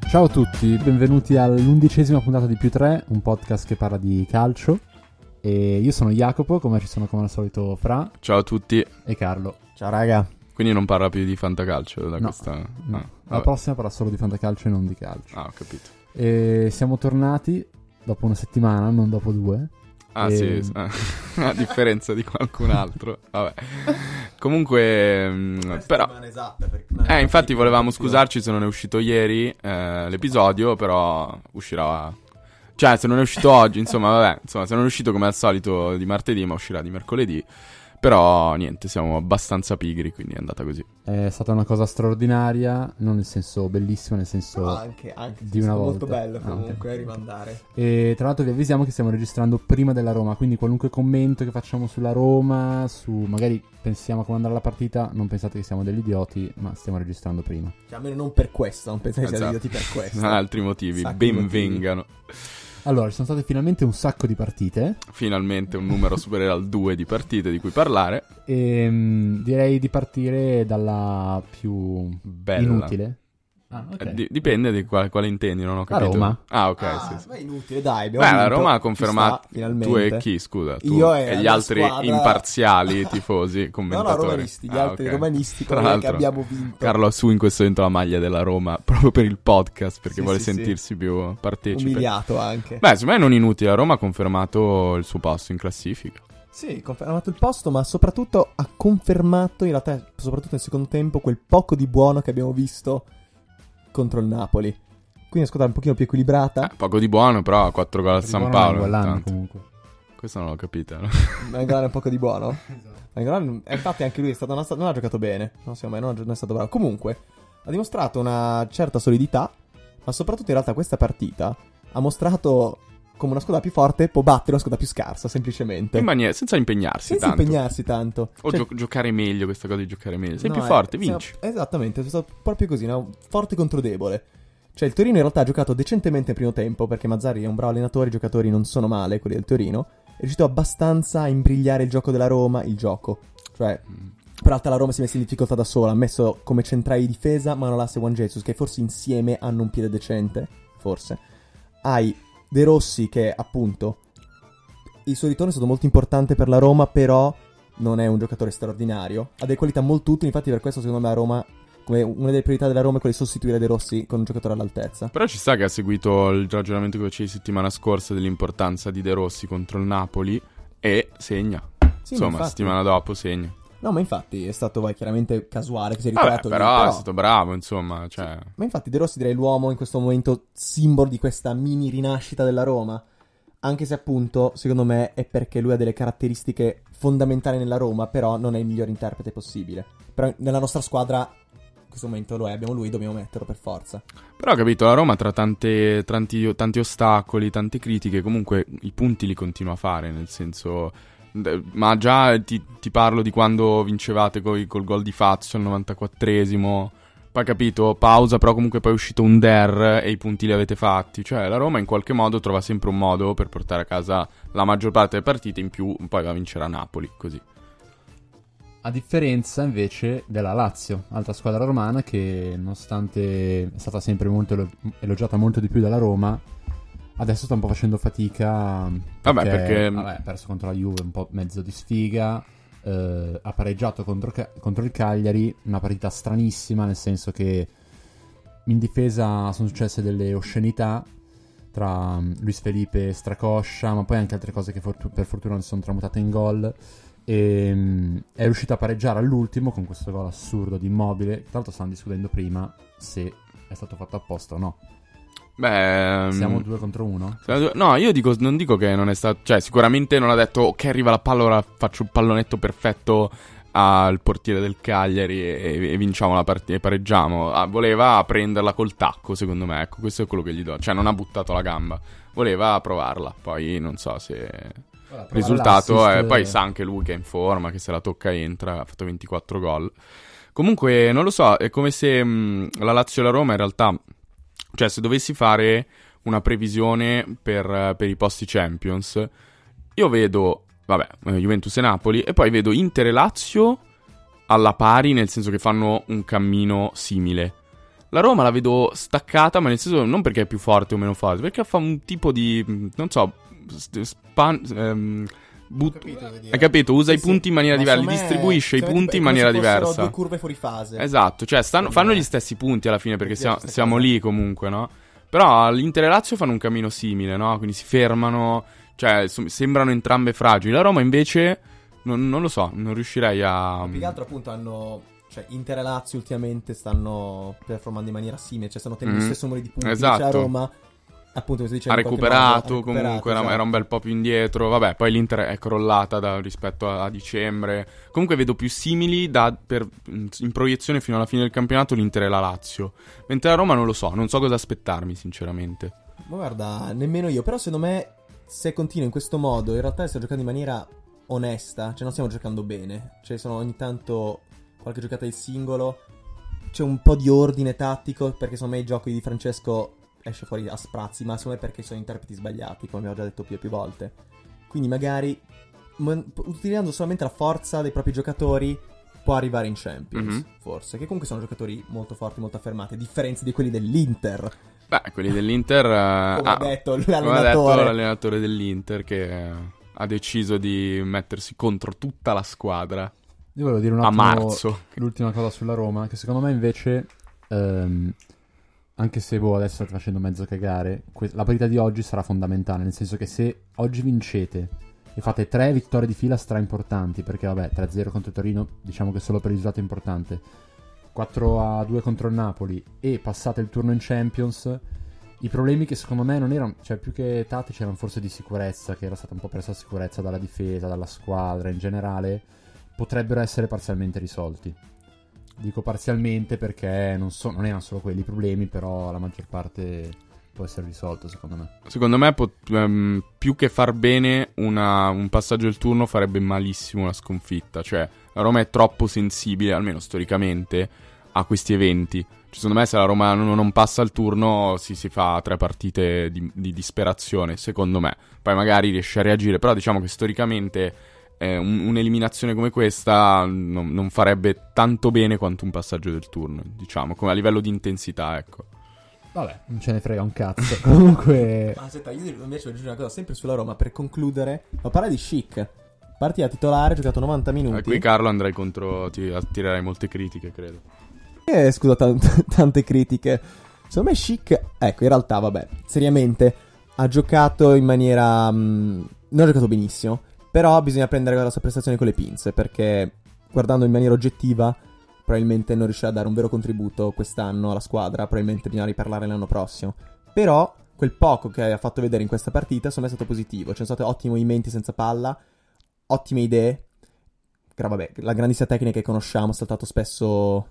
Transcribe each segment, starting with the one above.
Ciao a tutti, benvenuti all'11ª puntata di Più 3, un podcast che parla di calcio. E io sono Jacopo, come ci sono come al solito Fra. Ciao a tutti. E Carlo. Ciao raga. Quindi non parla più di fantacalcio da questa... No. La prossima parla solo di fantacalcio e non di calcio. Ah, ho capito. E siamo tornati dopo una settimana, non dopo 2. Ah, sì, a differenza di qualcun altro. Vabbè. Comunque, però... infatti volevamo scusarci se non è uscito ieri l'episodio, però uscirà... Cioè, se non è uscito oggi, insomma, vabbè. Insomma, se non è uscito come al solito di martedì, ma uscirà di mercoledì. Però, niente, siamo abbastanza pigri, quindi è andata così. È stata una cosa straordinaria, non nel senso bellissimo, nel senso anche di una volta. Molto bello comunque rimandare. E tra l'altro vi avvisiamo che stiamo registrando prima della Roma, quindi qualunque commento che facciamo sulla Roma, magari pensiamo a come andrà la partita, non pensate che siamo degli idioti, ma stiamo registrando prima. Cioè, almeno non per questo, non pensate che siamo idioti per questo. Altri motivi, benvengano. Allora, ci sono state finalmente un sacco di partite. Finalmente un numero superiore al 2 di partite di cui parlare. E direi di partire dalla più bella. Inutile. Ah, okay. Dipende di quale intendi, non ho capito. La Roma. Ah, ok, sì. Ma è inutile, dai. La Roma ha confermato. Finalmente. Tu e chi, scusa? Tu Io e gli altri squadra... imparziali tifosi, commentatori. No, romanisti, gli altri romanisti Tra l'altro, che abbiamo vinto. Carlo ha su in questo momento la maglia della Roma proprio per il podcast, perché vuole sentirsi più partecipe. Umiliato anche. Beh, secondo me non inutile, la Roma ha confermato il suo posto in classifica. Sì, ha confermato il posto, ma soprattutto ha confermato, in realtà, soprattutto nel secondo tempo, quel poco di buono che abbiamo visto contro il Napoli. Quindi una squadra un pochino più equilibrata. Poco di buono, però 4 gol a San Paolo. Comunque. Questo non l'ho capita, no? Nainggolan è un poco di buono. Nainggolan, infatti anche lui non ha giocato bene. Non è stato bravo. Comunque, ha dimostrato una certa solidità, ma soprattutto in realtà questa partita ha mostrato come una squadra più forte può battere una squadra più scarsa, semplicemente. In maniera, senza impegnarsi tanto. O cioè, giocare meglio, questa cosa di giocare meglio. Sei no, più forte, vinci. Esattamente, è stato proprio così, no? Forte contro debole. Cioè il Torino in realtà ha giocato decentemente nel primo tempo, perché Mazzarri è un bravo allenatore, i giocatori non sono male, quelli del Torino. È riuscito abbastanza a imbrigliare il gioco della Roma, il gioco. Cioè, peraltro la Roma si è messa in difficoltà da sola, ha messo come centrale di difesa Manolas e Juan Jesus, che forse insieme hanno un piede decente, forse. Hai De Rossi che appunto il suo ritorno è stato molto importante per la Roma, però non è un giocatore straordinario, ha delle qualità molto utili, infatti per questo secondo me la Roma, come una delle priorità della Roma, è quella di sostituire De Rossi con un giocatore all'altezza. Però ci sta che ha seguito il ragionamento che facevi settimana scorsa dell'importanza di De Rossi contro il Napoli e segna. Sì, insomma, infatti, settimana dopo segna. No, ma infatti è stato chiaramente casuale che si è ritirato. Però è stato bravo, insomma, cioè... Sì, ma infatti De Rossi direi l'uomo in questo momento simbolo di questa mini rinascita della Roma. Anche se appunto, secondo me, è perché lui ha delle caratteristiche fondamentali nella Roma, però non è il miglior interprete possibile. Però nella nostra squadra in questo momento lo è, abbiamo lui, dobbiamo metterlo per forza. Però ho capito, la Roma tra tanti ostacoli, tante critiche, comunque i punti li continua a fare, nel senso... Ma già ti parlo di quando vincevate col gol di Fazio al 94esimo. Poi capito, pausa, però comunque poi è uscito un der e i punti li avete fatti. Cioè la Roma in qualche modo trova sempre un modo per portare a casa la maggior parte delle partite, in più poi va a vincere a Napoli, così. A differenza invece della Lazio, altra squadra romana che nonostante è stata sempre molto elogiata molto di più dalla Roma, adesso sta un po' facendo fatica perché ha perso contro la Juve, un po' mezzo di sfiga, ha pareggiato contro il Cagliari, una partita stranissima, nel senso che in difesa sono successe delle oscenità tra Luis Felipe e Stracoscia, ma poi anche altre cose che per fortuna non sono tramutate in gol, e è riuscito a pareggiare all'ultimo con questo gol assurdo di Immobile. Tra l'altro stavamo discutendo prima se è stato fatto apposta o no. Beh, siamo 2 contro 1? No, io non dico che non è stato. Cioè, sicuramente non ha detto ok, arriva la palla, ora faccio il pallonetto perfetto al portiere del Cagliari e vinciamo la partita e pareggiamo. Voleva prenderla col tacco, secondo me. Ecco, questo è quello che gli do. Cioè, non ha buttato la gamba, voleva provarla. Poi non so se il risultato è. Poi sa anche lui che è in forma, che se la tocca entra. Ha fatto 24 gol. Comunque, non lo so, è come se la Lazio e la Roma in realtà. Cioè, se dovessi fare una previsione per i posti Champions, io vedo, Juventus e Napoli, e poi vedo Inter e Lazio alla pari, nel senso che fanno un cammino simile. La Roma la vedo staccata, ma nel senso non perché è più forte o meno forte, perché fa un tipo di, non so, hai capito? Usa i punti in maniera diversa, li distribuisce i punti in maniera diversa. Due curve fuori fase. Esatto, cioè fanno gli stessi punti alla fine, perché siamo lì comunque, no? Però l'Inter e Lazio fanno un cammino simile, no? Quindi si fermano, cioè sembrano entrambe fragili. La Roma invece, non lo so, non riuscirei a... Più che altro appunto hanno... Cioè, Inter e Lazio ultimamente stanno performando in maniera simile, cioè stanno tenendo lo stesso numero di punti. Esatto. Cioè, a Roma, appunto, come si dice, ha recuperato comunque, esatto. era un bel po' più indietro. Vabbè, poi l'Inter è crollata rispetto a dicembre. Comunque vedo più simili in proiezione fino alla fine del campionato l'Inter e la Lazio. Mentre la Roma non lo so, non so cosa aspettarmi sinceramente. Ma guarda, nemmeno io. Però secondo me, se continua in questo modo, in realtà stiamo giocando in maniera onesta. Cioè non stiamo giocando bene. Cioè sono ogni tanto qualche giocata del singolo, c'è un po' di ordine tattico, perché secondo me il gioco di Francesco esce fuori a sprazzi, ma secondo me perché sono interpreti sbagliati, come abbiamo già detto più e più volte. Quindi magari utilizzando solamente la forza dei propri giocatori può arrivare in Champions, forse, che comunque sono giocatori molto forti, molto affermati, a differenza di quelli dell'Inter. Beh, quelli dell'Inter come ha detto l'allenatore dell'Inter, che ha deciso di mettersi contro tutta la squadra. Io volevo dire un attimo a marzo. L'ultima cosa sulla Roma, che secondo me invece, anche se adesso state facendo mezzo cagare, la partita di oggi sarà fondamentale, nel senso che se oggi vincete e fate 3 vittorie di fila importanti, perché vabbè, 3-0 contro il Torino, diciamo che solo per il risultato è importante, 4-2 contro il Napoli e passate il turno in Champions, i problemi che secondo me non erano, cioè più che tattici erano forse di sicurezza, che era stata un po' presa sicurezza dalla difesa, dalla squadra in generale, potrebbero essere parzialmente risolti. Dico parzialmente perché non erano solo quelli i problemi, però la maggior parte può essere risolto, secondo me. Secondo me più che far bene un passaggio del turno farebbe malissimo una sconfitta. Cioè la Roma è troppo sensibile, almeno storicamente, a questi eventi. Cioè, secondo me se la Roma non passa il turno si fa 3 partite di disperazione, secondo me. Poi magari riesce a reagire, però diciamo che storicamente un'eliminazione come questa non farebbe tanto bene quanto un passaggio del turno, diciamo, come a livello di intensità, ecco. Vabbè, non ce ne frega un cazzo. Comunque... Aspetta, io invece voglio aggiungere una cosa sempre sulla Roma per concludere. Ma parla di Schick. Partita titolare, giocato 90 minuti. Qui Carlo andrai contro, ti attirerai molte critiche, credo. Scusa, tante critiche. Secondo me Schick, ecco, in realtà, vabbè, seriamente, ha giocato in maniera... non ha giocato benissimo. Però bisogna prendere la sua prestazione con le pinze, perché guardando in maniera oggettiva probabilmente non riuscirà a dare un vero contributo quest'anno alla squadra, probabilmente bisogna riparlare l'anno prossimo. Però quel poco che ha fatto vedere in questa partita secondo me è stato positivo, ci sono stati ottimi movimenti senza palla, ottime idee, vabbè, la grandissima tecnica che conosciamo, ha saltato spesso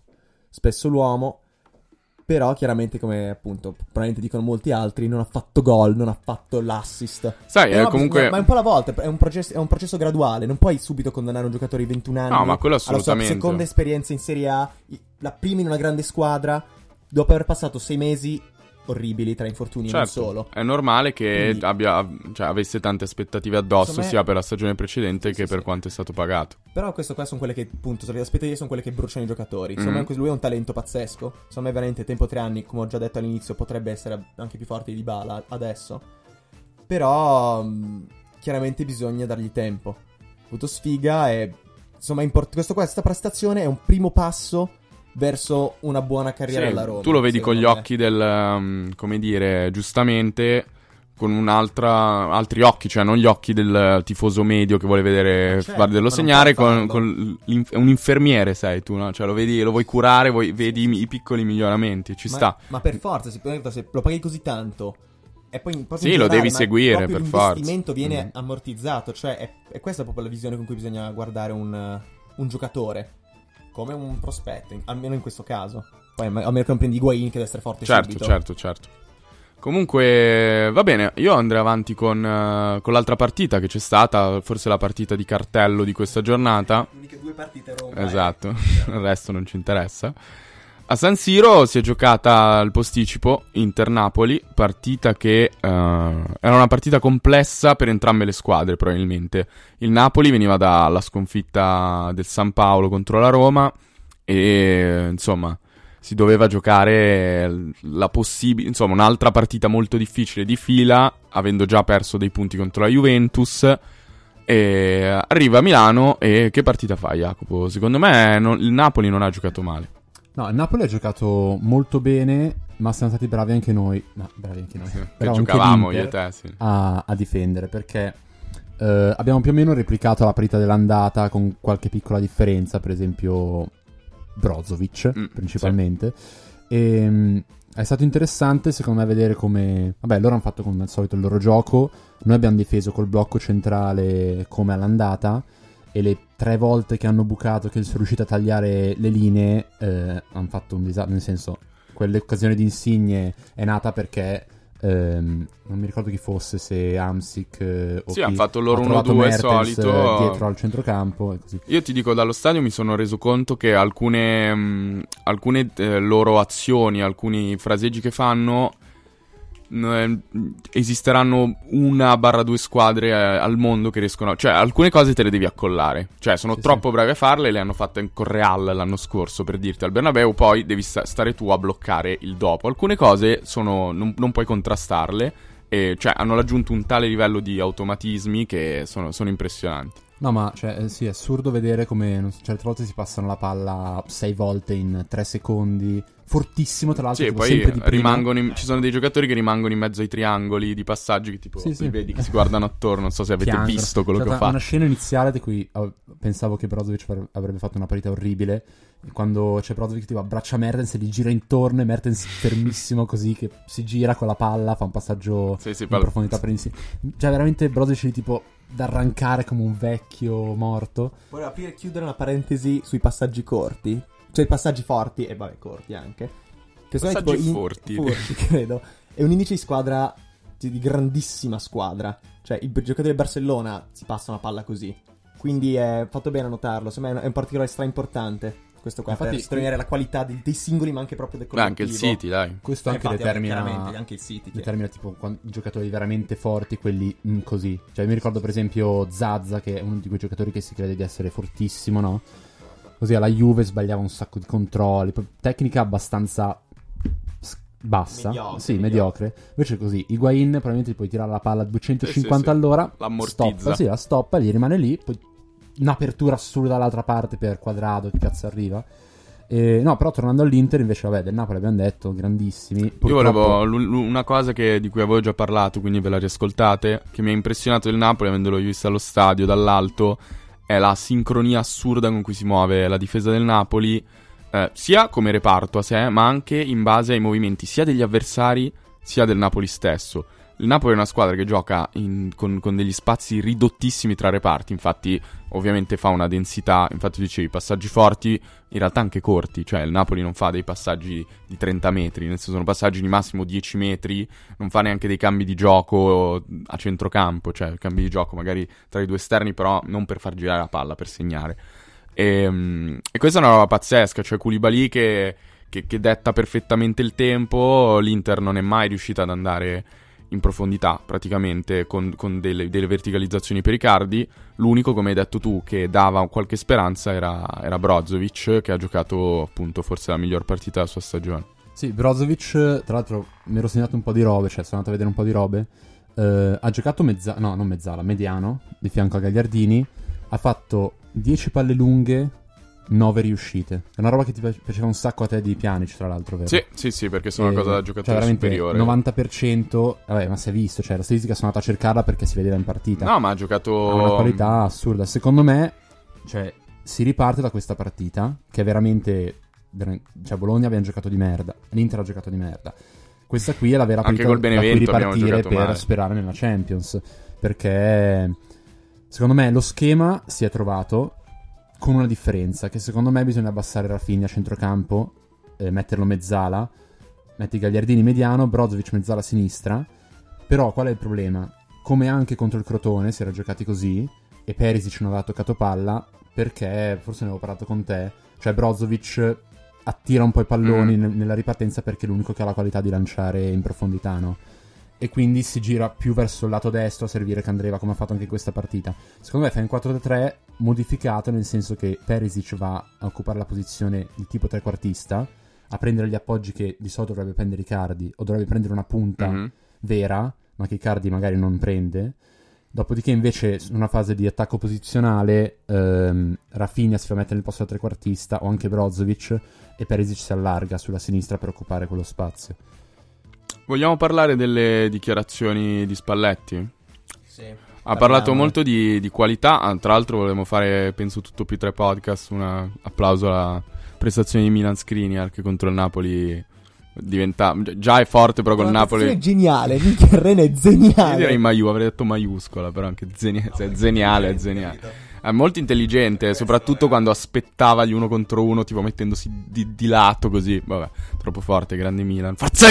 l'uomo. Però chiaramente, come appunto probabilmente dicono molti altri, non ha fatto gol, non ha fatto l'assist. Sai, comunque... Ma è un po' alla volta, è un processo graduale. Non puoi subito condannare un giocatore di 21 anni no, ma quello assolutamente. alla sua seconda esperienza in Serie A, la prima in una grande squadra, dopo aver passato 6 mesi orribili tra infortuni, certo, non solo. È normale che avesse tante aspettative addosso, sia per la stagione precedente che per quanto è stato pagato. Però queste qua sono quelle che, appunto, le aspettative sono quelle che bruciano i giocatori. Secondo me lui è un talento pazzesco. Secondo me veramente tempo 3 anni, come ho già detto all'inizio, potrebbe essere anche più forte di Dybala adesso. Però chiaramente bisogna dargli tempo. Ha avuto sfiga e insomma questa prestazione è un primo passo verso una buona carriera alla Roma. Tu lo vedi con gli occhi del, come dire, giustamente, con altri occhi, cioè non gli occhi del tifoso medio che vuole vedere Vardello segnare, con un infermiere sei tu, no? Cioè lo vedi, lo vuoi curare, vedi i piccoli miglioramenti, sta. Ma per forza, se lo paghi così tanto e poi lo devi seguire per forza. L'investimento viene ammortizzato, cioè è questa proprio la visione con cui bisogna guardare un giocatore. Come un prospetto, almeno in questo caso. Poi a meno che non prendi Higuain, che deve essere forte subito. Certo. Comunque, va bene, io andrei avanti con l'altra partita che c'è stata, forse la partita di cartello di questa giornata. Le uniche 2 partite Roma. Esatto, il resto non ci interessa. A San Siro si è giocata il posticipo Inter-Napoli, partita che era una partita complessa per entrambe le squadre probabilmente. Il Napoli veniva dalla sconfitta del San Paolo contro la Roma e insomma si doveva giocare insomma un'altra partita molto difficile di fila, avendo già perso dei punti contro la Juventus. E arriva a Milano e che partita fa Jacopo? Secondo me il Napoli non ha giocato male. No, il Napoli ha giocato molto bene, ma siamo stati bravi anche noi. No, bravi anche noi. Sì, però che anche giocavamo io l'Inter e te, sì. a difendere, perché abbiamo più o meno replicato la partita dell'andata con qualche piccola differenza, per esempio Brozovic principalmente. Sì. E è stato interessante secondo me vedere come... Vabbè, loro hanno fatto come al solito il loro gioco, noi abbiamo difeso col blocco centrale come all'andata, e le 3 volte che hanno bucato, che sono riusciti a tagliare le linee, hanno fatto un disastro, nel senso, quell'occasione di Insigne è nata perché non mi ricordo chi fosse, se Hamsik o sì, chi, hanno fatto loro 1-2 solito dietro al centrocampo e così. Io ti dico, dallo stadio mi sono reso conto che alcune loro azioni, alcuni fraseggi che fanno, esisteranno 1-2 squadre al mondo che riescono, cioè alcune cose te le devi accollare, cioè sono troppo bravi a farle, le hanno fatte con Real l'anno scorso, per dirti, al Bernabeu, poi devi stare tu a bloccare il dopo. Alcune cose non puoi contrastarle, e cioè hanno raggiunto un tale livello di automatismi che sono impressionanti. No, ma cioè, sì, è assurdo vedere come certe volte si passano la palla 6 volte in 3 secondi. Fortissimo, tra l'altro. Sì, poi ci sono dei giocatori che rimangono in mezzo ai triangoli di passaggi che tipo li vedi che si guardano attorno. Non so se avete visto quello che ho fatto. Una scena iniziale di cui pensavo che Brozovic avrebbe fatto una partita orribile. Quando c'è Brozovic che tipo abbraccia Mertens e gli gira intorno, e Mertens fermissimo così, che si gira con la palla, fa un passaggio in profondità per insieme. Cioè veramente Brozovic di tipo da arrancare come un vecchio morto. Vorrei aprire e chiudere una parentesi sui passaggi corti, cioè i passaggi forti e vabbè corti anche, che sono passaggi tipo forti credo, è un indice di squadra, di grandissima squadra, cioè i giocatori del Barcellona si passano la palla così, quindi è fatto bene a notarlo. Secondo me è un particolare stra importante questo qua. Infatti, per sottolineare la qualità dei singoli, ma anche proprio del collettivo. Anche il City, dai. Questo anche determina anche il City, determina tipo i giocatori veramente forti, quelli così. Cioè mi ricordo per esempio Zaza, che è uno di quei giocatori che si crede di essere fortissimo, no? Così alla Juve sbagliava un sacco di controlli, tecnica abbastanza bassa, mediocre. Invece così Higuain probabilmente puoi tirare la palla a 250 all'ora, la stoppa, gli rimane lì, poi un'apertura assurda dall'altra parte per Quadrado, che cazzo arriva. No, però tornando all'Inter invece, vabbè, del Napoli abbiamo detto, grandissimi. Io volevo una cosa di cui avevo già parlato, quindi ve la riascoltate, che mi ha impressionato del Napoli, avendolo visto allo stadio dall'alto, è la sincronia assurda con cui si muove la difesa del Napoli, sia come reparto a sé, ma anche in base ai movimenti sia degli avversari sia del Napoli stesso. Il Napoli è una squadra che gioca con degli spazi ridottissimi tra reparti, infatti ovviamente fa una densità, infatti dicevi passaggi forti, in realtà anche corti, cioè il Napoli non fa dei passaggi di 30 metri, nel senso sono passaggi di massimo 10 metri, non fa neanche dei cambi di gioco a centrocampo, cioè cambi di gioco magari tra i due esterni, però non per far girare la palla, per segnare. E questa è una roba pazzesca, cioè Koulibaly che detta perfettamente il tempo, l'Inter non è mai riuscita ad andare in profondità praticamente con delle verticalizzazioni per Icardi. L'unico, come hai detto tu, che dava qualche speranza era Brozovic, che ha giocato appunto forse la miglior partita della sua stagione. Sì, Brozovic, tra l'altro mi ero segnato un po' di robe, cioè sono andato a vedere un po' di robe. Ha giocato mediano di fianco a Gagliardini, ha fatto 10 palle lunghe, 9 riuscite. È una roba che ti piaceva un sacco a te di Pjanic, tra l'altro, vero? Sì, perché sono una cosa da giocatore cioè, superiore. 90%, vabbè, ma si è visto, cioè la statistica sono andato a cercarla perché si vedeva in partita. No, ma ha giocato... Ha una qualità assurda. Secondo me, cioè, si riparte da questa partita, che è veramente... Cioè, Bologna abbiamo giocato di merda, l'Inter ha giocato di merda. Questa qui è la vera partita da cui ripartire per sperare nella Champions. Perché, secondo me, lo schema si è trovato... con una differenza, che secondo me bisogna abbassare Rafinha a centrocampo, metterlo mezzala, metti Gagliardini mediano, Brozovic mezzala a sinistra. Però qual è il problema? Come anche contro il Crotone si era giocati così, e Perisic non aveva toccato palla, perché, forse ne avevo parlato con te, cioè Brozovic attira un po' i palloni nella ripartenza perché è l'unico che ha la qualità di lanciare in profondità, no? E quindi si gira più verso il lato destro a servire Candreva, come ha fatto anche in questa partita. Secondo me fa un 4-3 modificato, nel senso che Perisic va a occupare la posizione di tipo trequartista, a prendere gli appoggi che di solito dovrebbe prendere Icardi, o dovrebbe prendere una punta vera, ma che Icardi magari non prende. Dopodiché invece in una fase di attacco posizionale Rafinha si fa mettere nel posto da trequartista, o anche Brozovic, e Perisic si allarga sulla sinistra per occupare quello spazio. Vogliamo parlare delle dichiarazioni di Spalletti? Sì. Ha parlato molto di qualità. Tra l'altro volevamo fare, penso, tutto P3 Podcast, un applauso alla prestazione di Milan Skriniar, che contro il Napoli già è forte, però col Napoli è geniale. Mikel Rene è geniale. Io direi avrei detto maiuscola, però anche zeniale. È molto intelligente, soprattutto quando aspettava gli uno contro uno, tipo mettendosi di lato così. Vabbè, troppo forte, grande Milan. Forza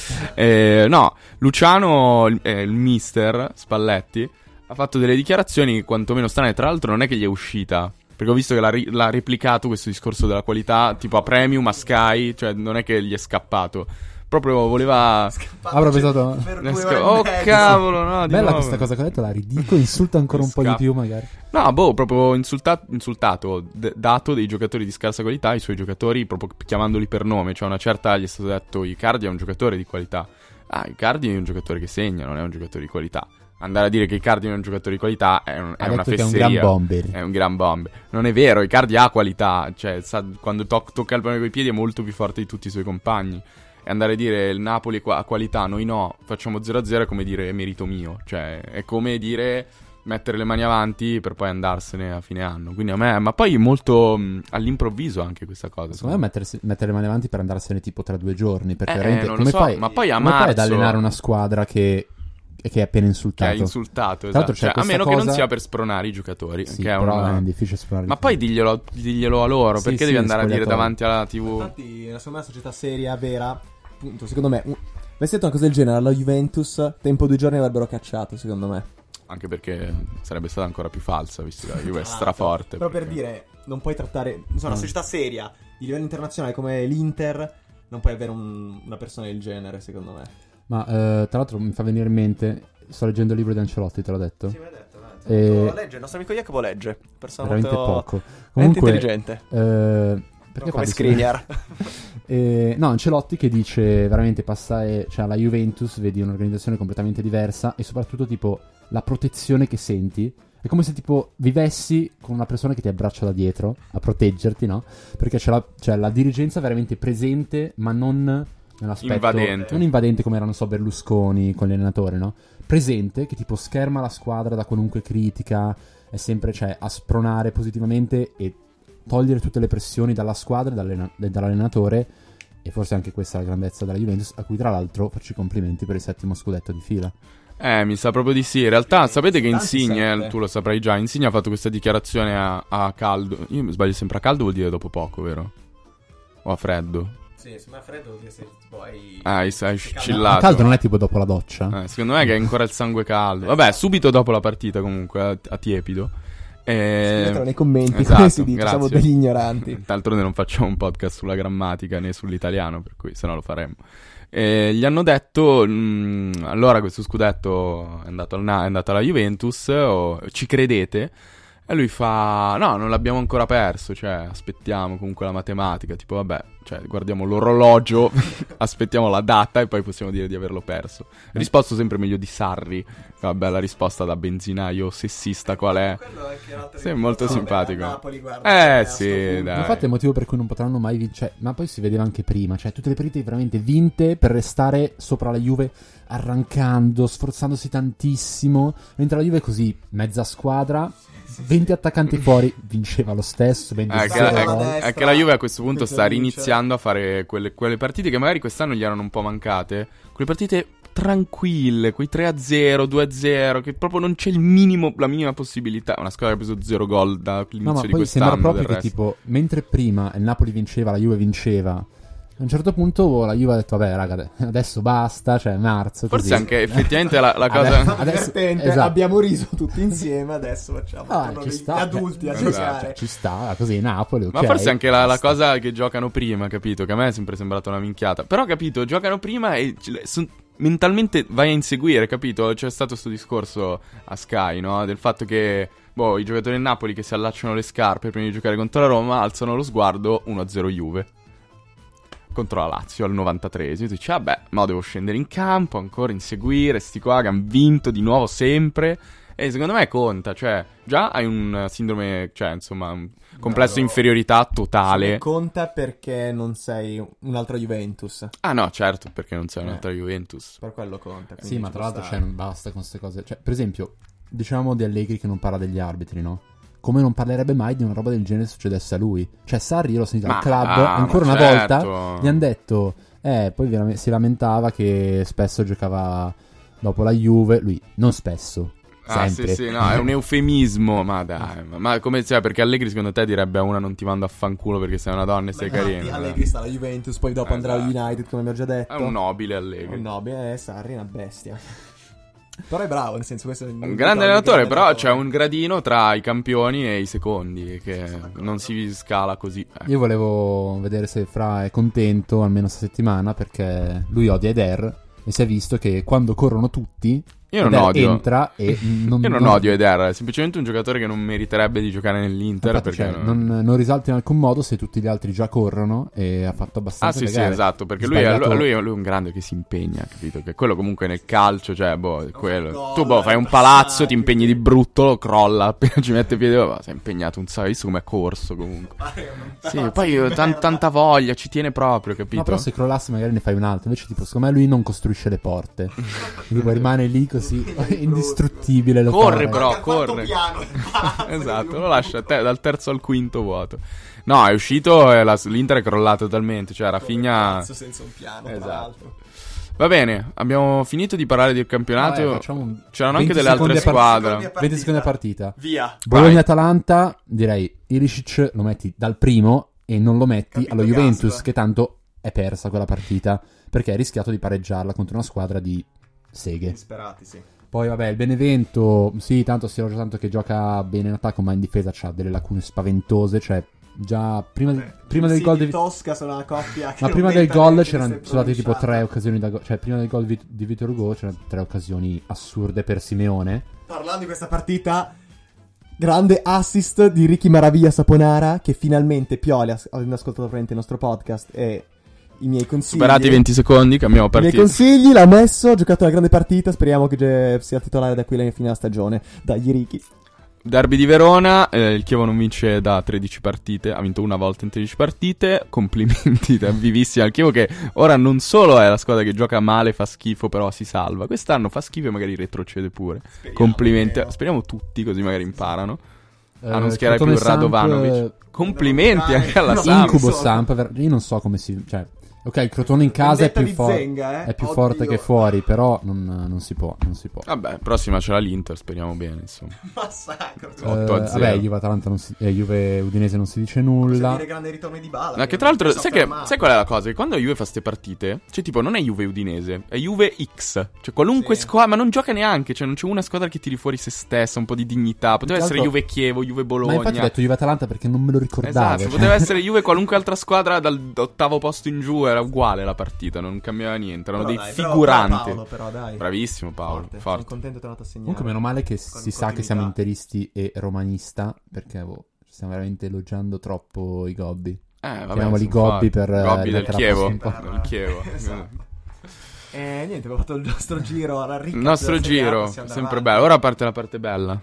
Inter! No, Luciano, il mister Spalletti, ha fatto delle dichiarazioni quantomeno strane. Tra l'altro non è che gli è uscita, perché ho visto che l'ha replicato questo discorso della qualità, tipo a Premium, a Sky, cioè non è che gli è scappato. Proprio voleva... Avrò pensato... Oh cavolo, no, bella questa cosa che ho detto, la ridicolo, insulta ancora un po' di più magari. No, proprio insultato, dato dei giocatori di scarsa qualità, i suoi giocatori, proprio chiamandoli per nome. Cioè una certa, gli è stato detto, Icardi è un giocatore di qualità. Icardi è un giocatore che segna, non è un giocatore di qualità. Andare a dire che Icardi è un giocatore di qualità è una fesseria. È un gran bomber. Non è vero, Icardi ha qualità. Cioè, quando tocca il pallone coi piedi è molto più forte di tutti i suoi compagni. E andare a dire il Napoli ha qualità, noi no, facciamo 0-0 è come dire è merito mio. Cioè, è come dire mettere le mani avanti per poi andarsene a fine anno. Quindi a me, ma poi molto all'improvviso anche questa cosa. Secondo me mettere le mani avanti per andarsene tipo tra 2 giorni. Perché veramente come fai? Ma poi a marzo... fai ad allenare una squadra che è appena insultato. Che è insultato, esatto. Cioè, a meno che non sia per spronare i giocatori. Sì, che però è difficile spronare. Ma poi diglielo a loro, perché devi andare a dire davanti alla TV? Infatti, secondo me una società seria, vera, appunto, secondo me, avesse detto una cosa del genere alla Juventus, tempo 2 giorni avrebbero cacciato, secondo me. Anche perché sarebbe stata ancora più falsa, visto che la Juve è straforte. Però per dire, non puoi trattare, insomma, una società seria di livello internazionale come l'Inter, non puoi avere una persona del genere, secondo me. Ma tra l'altro mi fa venire in mente, sto leggendo il libro di Ancelotti, te l'ho detto? Sì, mi hai detto. Lo legge, il nostro amico Jacopo legge. Persona veramente molto... poco. Comunque intelligente. Perché come Skriniar. No, Ancelotti che dice veramente passare, cioè alla Juventus vedi un'organizzazione completamente diversa e soprattutto tipo la protezione che senti. È come se tipo vivessi con una persona che ti abbraccia da dietro a proteggerti, no? Perché c'è la dirigenza veramente presente, ma non nell'aspetto non invadente come era, non so, Berlusconi con l'allenatore, no? Presente, che tipo scherma la squadra da qualunque critica, è sempre, cioè, a spronare positivamente e togliere tutte le pressioni dalla squadra e dall'allenatore. E forse anche questa è la grandezza della Juventus, a cui tra l'altro faccio i complimenti per il 7° scudetto di fila. Mi sa proprio di sì. In realtà sapete che Insigne, tu lo saprai già, Insigne ha fatto questa dichiarazione a caldo. Io mi sbaglio sempre, a caldo vuol dire dopo poco, vero? O a freddo? Sì, se mi è freddo vuol dire se tipo hai scillato. A caldo non è tipo dopo la doccia? Secondo me che è ancora il sangue caldo. Vabbè, subito dopo la partita comunque, a tiepido. Scrivetelo nei commenti, esatto, come si dice, grazie. siamo degli ignoranti. D'altronde non facciamo un podcast sulla grammatica né sull'italiano, per cui se no lo faremmo. Gli hanno detto, allora questo scudetto è andato alla Juventus, ci credete? E lui fa, no, non l'abbiamo ancora perso, cioè aspettiamo comunque la matematica, tipo vabbè, cioè guardiamo l'orologio, aspettiamo la data e poi possiamo dire di averlo perso. Risposto sempre meglio di Sarri, vabbè, la risposta da benzinaio sessista qual è? Sì, molto simpatico. Napoli, guarda, sì, dai. Infatti è il motivo per cui non potranno mai vincere, ma poi si vedeva anche prima, cioè tutte le partite veramente vinte per restare sopra la Juve, arrancando, sforzandosi tantissimo, mentre la Juve è così, mezza squadra, 20 attaccanti fuori, vinceva lo stesso. Anche la Juve a questo punto sta riniziando a fare quelle partite che magari quest'anno gli erano un po' mancate. Quelle partite tranquille, quei 3-0, 2-0, che proprio non c'è la minima possibilità. Una squadra che ha preso 0 gol dall'inizio di quest'anno. Sembra proprio che tipo, mentre prima il Napoli vinceva, la Juve vinceva. A un certo punto la Juve ha detto vabbè raga, adesso basta, cioè marzo forse così. Anche effettivamente la cosa adesso esatto. Abbiamo riso tutti insieme, adesso facciamo gli adulti a giocare. Ci sta, così Napoli, ok. Ma forse anche la cosa che giocano prima, capito? Che a me è sempre sembrata una minchiata. Però capito, giocano prima e mentalmente vai a inseguire, capito? C'è stato sto discorso a Sky, no? Del fatto che i giocatori del Napoli che si allacciano le scarpe prima di giocare contro la Roma alzano lo sguardo 1-0 Juve. contro la Lazio al 93esimo. Tu dici, vabbè, ma devo scendere in campo, ancora inseguire, sti qua che hanno vinto di nuovo sempre. E secondo me conta, cioè, già hai un sindrome, cioè, insomma, un complesso di inferiorità totale. Conta perché non sei un altro Juventus. Ah no, certo, perché non sei un'altra Juventus. Per quello conta. Sì, ma tra l'altro non basta con queste cose. Cioè, per esempio, diciamo di Allegri che non parla degli arbitri, no? Come non parlerebbe mai di una roba del genere succedesse a lui. Cioè, Sarri, io l'ho sentito al club, ancora una volta, gli hanno detto, poi si lamentava che spesso giocava dopo la Juve, lui, non spesso. Sempre. Sì, no, è un eufemismo, ma dai, ma come sia, perché Allegri secondo te direbbe a una non ti mando a fanculo perché sei una donna e sei carina. Allegri sta alla Juventus, poi dopo andrà allo United, come abbiamo già detto. È un nobile Allegri. Un nobile, Sarri è una bestia. Però è bravo, nel senso, questo è un grande allenatore, però c'è un gradino tra i campioni e i secondi che non si scala così. Io volevo vedere se Fra è contento almeno questa settimana, perché lui odia Eder e si è visto che quando corrono tutti io non odio. Entra e non, io non odio Eder, è semplicemente un giocatore che non meriterebbe di giocare nell'Inter. Infatti, perché cioè, non risalta in alcun modo se tutti gli altri già corrono e ha fatto abbastanza sì, esatto, perché lui è un grande che si impegna, capito? Che quello comunque nel calcio, cioè, quello. Tu fai un palazzo, ti impegni di brutto, lo crolla, appena ci mette piede, sei impegnato un sacco, hai visto com'è corso comunque. Sì, poi tanta voglia, ci tiene proprio, capito? No, però se crollassi magari ne fai un altro, invece tipo, secondo me lui non costruisce le porte. Tipo rimane lì così indistruttibile, lo corre fa, però corre piano, esatto, lo lascia dal terzo al quinto vuoto. No, è uscito e l'Inter è crollato totalmente, cioè Rafinha senza un piano, esatto. Va bene, abbiamo finito di parlare del campionato. C'erano anche delle altre squadre. 20 secondi a partita. Via. Bologna-Atalanta, direi Ilicic lo metti dal primo e non lo metti allo Juventus, che tanto è persa quella partita, perché hai rischiato di pareggiarla contro una squadra di seghe. Disperati, sì. Poi vabbè, il Benevento, sì, tanto si elogia tanto che gioca bene in attacco, ma in difesa c'ha delle lacune spaventose, cioè già prima del gol di Tosca sono una coppia che ma prima del gol sono state tipo 3 occasioni da gol, cioè prima del gol di Vitor Hugo c'erano 3 occasioni assurde per Simeone. Parlando di questa partita, grande assist di Ricky Maravilla Saponara, che finalmente Pioli, avendo ascoltato praticamente il nostro podcast e i miei consigli, superati i 20 secondi, cambiamo partita. I miei consigli, l'ha messo, ha giocato una grande partita, speriamo che sia titolare da qui alla fine della stagione. Dai Ricky. Derby di Verona, il Chievo non vince da 13 partite, ha vinto una volta in 13 partite, complimenti vivissimi al Chievo, che ora non solo è la squadra che gioca male, fa schifo, però si salva, quest'anno fa schifo e magari retrocede pure. Complimenti, speriamo tutti, così magari imparano a non schierare più Radovanovic. Complimenti anche alla Samp. Incubo Samp, io non so come si, cioè, ok, il Crotone in casa è più, è più forte che fuori, però non si può. Vabbè, prossima c'è l'Inter, speriamo bene, insomma. Massacro. 8-0. Vabbè, Juve-Atalanta Juve Udinese non si dice nulla. Dire grande ritorno di Bala. Ma che tra l'altro, sai qual è la cosa? Che quando Juve fa ste partite, cioè tipo non è Juve Udinese, è Juve X. Cioè qualunque squadra, ma non gioca neanche, cioè non c'è una squadra che tiri fuori se stessa, un po' di dignità. Poteva essere Juve Chievo, Juve Bologna. Ma infatti ho detto Juve-Atalanta perché non me lo ricordavo. Esatto, poteva essere Juve qualunque altra squadra dall'ottavo posto in giù, era uguale la partita, non cambiava niente, erano dei figuranti. Però, dai. Bravissimo Paolo, forte. Sono contento che te l'ho segnato. Comunque meno male che si sa che siamo interisti e romanista, perché stiamo veramente elogiando troppo i gobbi. Chiamiamoli gobbi per gobbi del Chievo. Esatto. Niente, abbiamo fatto il nostro giro alla ricca. Il nostro giro, sempre bello. Ora parte la parte bella.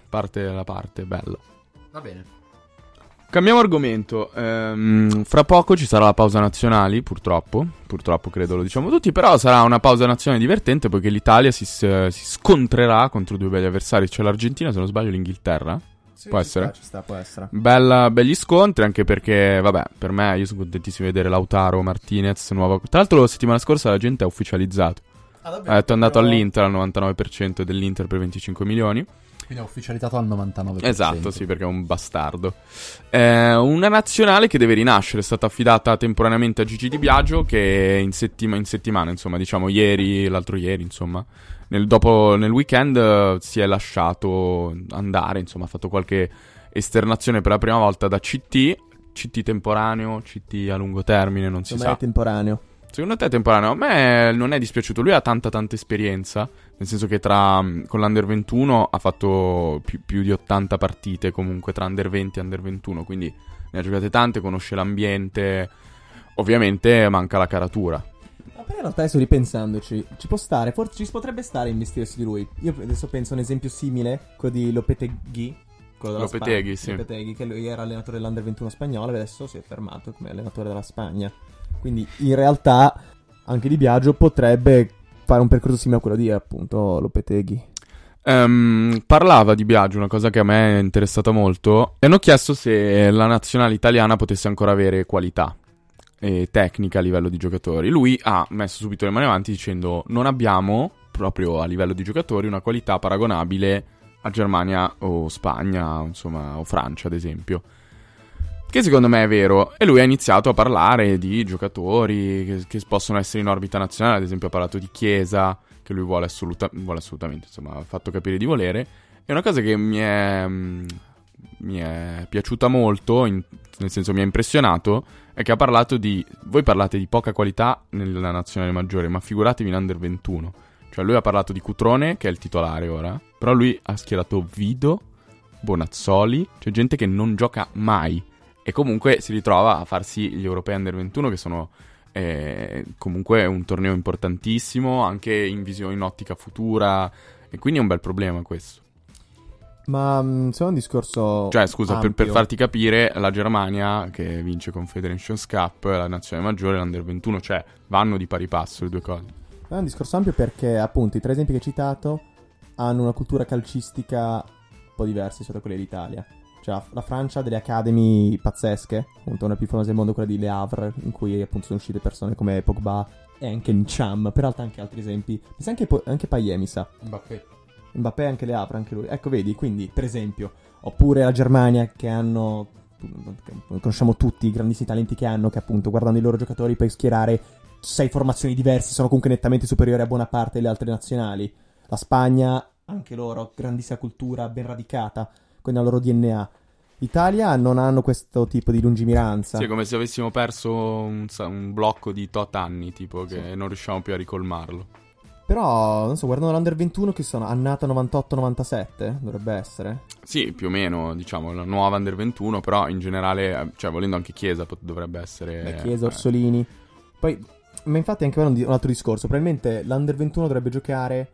Va bene. Cambiamo argomento. Fra poco ci sarà la pausa nazionali, purtroppo credo lo diciamo tutti, però sarà una pausa nazionale divertente poiché l'Italia si scontrerà contro due belli avversari, cioè l'Argentina, se non sbaglio l'Inghilterra. Sì, può essere? Può essere. Begli scontri, anche perché, vabbè, per me, io sono contentissimo di vedere Lautaro Martinez nuovo. Tra l'altro la settimana scorsa la gente ha ufficializzato. Ha detto è andato all'Inter al 99% dell'Inter per 25 milioni. Quindi ha ufficializzato al 99%. Esatto, sì, perché è un bastardo. Una nazionale che deve rinascere, è stata affidata temporaneamente a Gigi Di Biagio, che in settimana, insomma, diciamo l'altro ieri, insomma, nel weekend si è lasciato andare, insomma, ha fatto qualche esternazione per la prima volta da CT temporaneo, CT a lungo termine, non si sa. È temporaneo. Secondo te è temporaneo? A me non è dispiaciuto, lui ha tanta esperienza, nel senso che con l'Under 21 ha fatto più di 80 partite comunque tra Under 20 e Under 21, quindi ne ha giocate tante, conosce l'ambiente. Ovviamente manca la caratura. Ma però in realtà adesso ripensandoci, ci può stare, forse ci potrebbe stare investirsi di lui. Io adesso penso a un esempio simile, quello di Lopetegui, quello della Lopetegui, Spagna. sì. Lopetegui, che lui era allenatore dell'Under 21 spagnolo e adesso si è fermato come allenatore della Spagna. Quindi in realtà anche Di Biagio potrebbe fare un percorso simile a quello di appunto Lopetegui. Parlava di Biagio, una cosa che a me è interessata molto, e hanno chiesto se la nazionale italiana potesse ancora avere qualità e tecnica a livello di giocatori. Lui ha messo subito le mani avanti dicendo: non abbiamo proprio a livello di giocatori una qualità paragonabile a Germania o Spagna, insomma, o Francia ad esempio. Che secondo me è vero. E lui ha iniziato a parlare di giocatori che possono essere in orbita nazionale. Ad esempio ha parlato di Chiesa, che lui vuole assolutamente, insomma, ha fatto capire di volere. E una cosa che mi è piaciuta molto, nel senso mi ha impressionato, è che ha parlato di: voi parlate di poca qualità nella nazionale maggiore, ma figuratevi in Under 21. Cioè lui ha parlato di Cutrone, che è il titolare ora, però lui ha schierato Vido, Bonazzoli, cioè gente che non gioca mai e comunque si ritrova a farsi gli europei Under 21, che sono comunque un torneo importantissimo anche in ottica futura, e quindi è un bel problema questo. Ma se è un discorso, cioè scusa, per ampio, farti capire, la Germania che vince Confederations Cup, la nazionale maggiore, l'Under 21, cioè vanno di pari passo le due cose. è un discorso ampio perché appunto i tre esempi che hai citato hanno una cultura calcistica un po' diversa rispetto a quella dell'Italia. Cioè la Francia ha delle academy pazzesche, appunto una più famosa del mondo, quella di Le Havre, in cui appunto sono uscite persone come Pogba e anche Ncham, peraltro anche altri esempi. Mi sa anche Payet, mi sa. Mbappé anche Le Havre, anche lui. Ecco, vedi, quindi per esempio, oppure la Germania, che hanno, conosciamo tutti i grandissimi talenti che hanno, che appunto guardando i loro giocatori puoi schierare 6 formazioni diverse, sono comunque nettamente superiori a buona parte delle altre nazionali. La Spagna, anche loro, grandissima cultura, ben radicata, con il loro DNA. L'Italia non hanno questo tipo di lungimiranza. Sì, è come se avessimo perso un blocco di tot anni, tipo, che Sì. non riusciamo più a ricolmarlo. Però, non so, guardando l'Under 21 che sono annata 98-97, dovrebbe essere. Sì, più o meno, diciamo, la nuova Under 21, però in generale, cioè volendo anche Chiesa dovrebbe essere... Beh, Chiesa, Orsolini. Poi, ma infatti anche un altro discorso. Probabilmente l'Under 21 dovrebbe giocare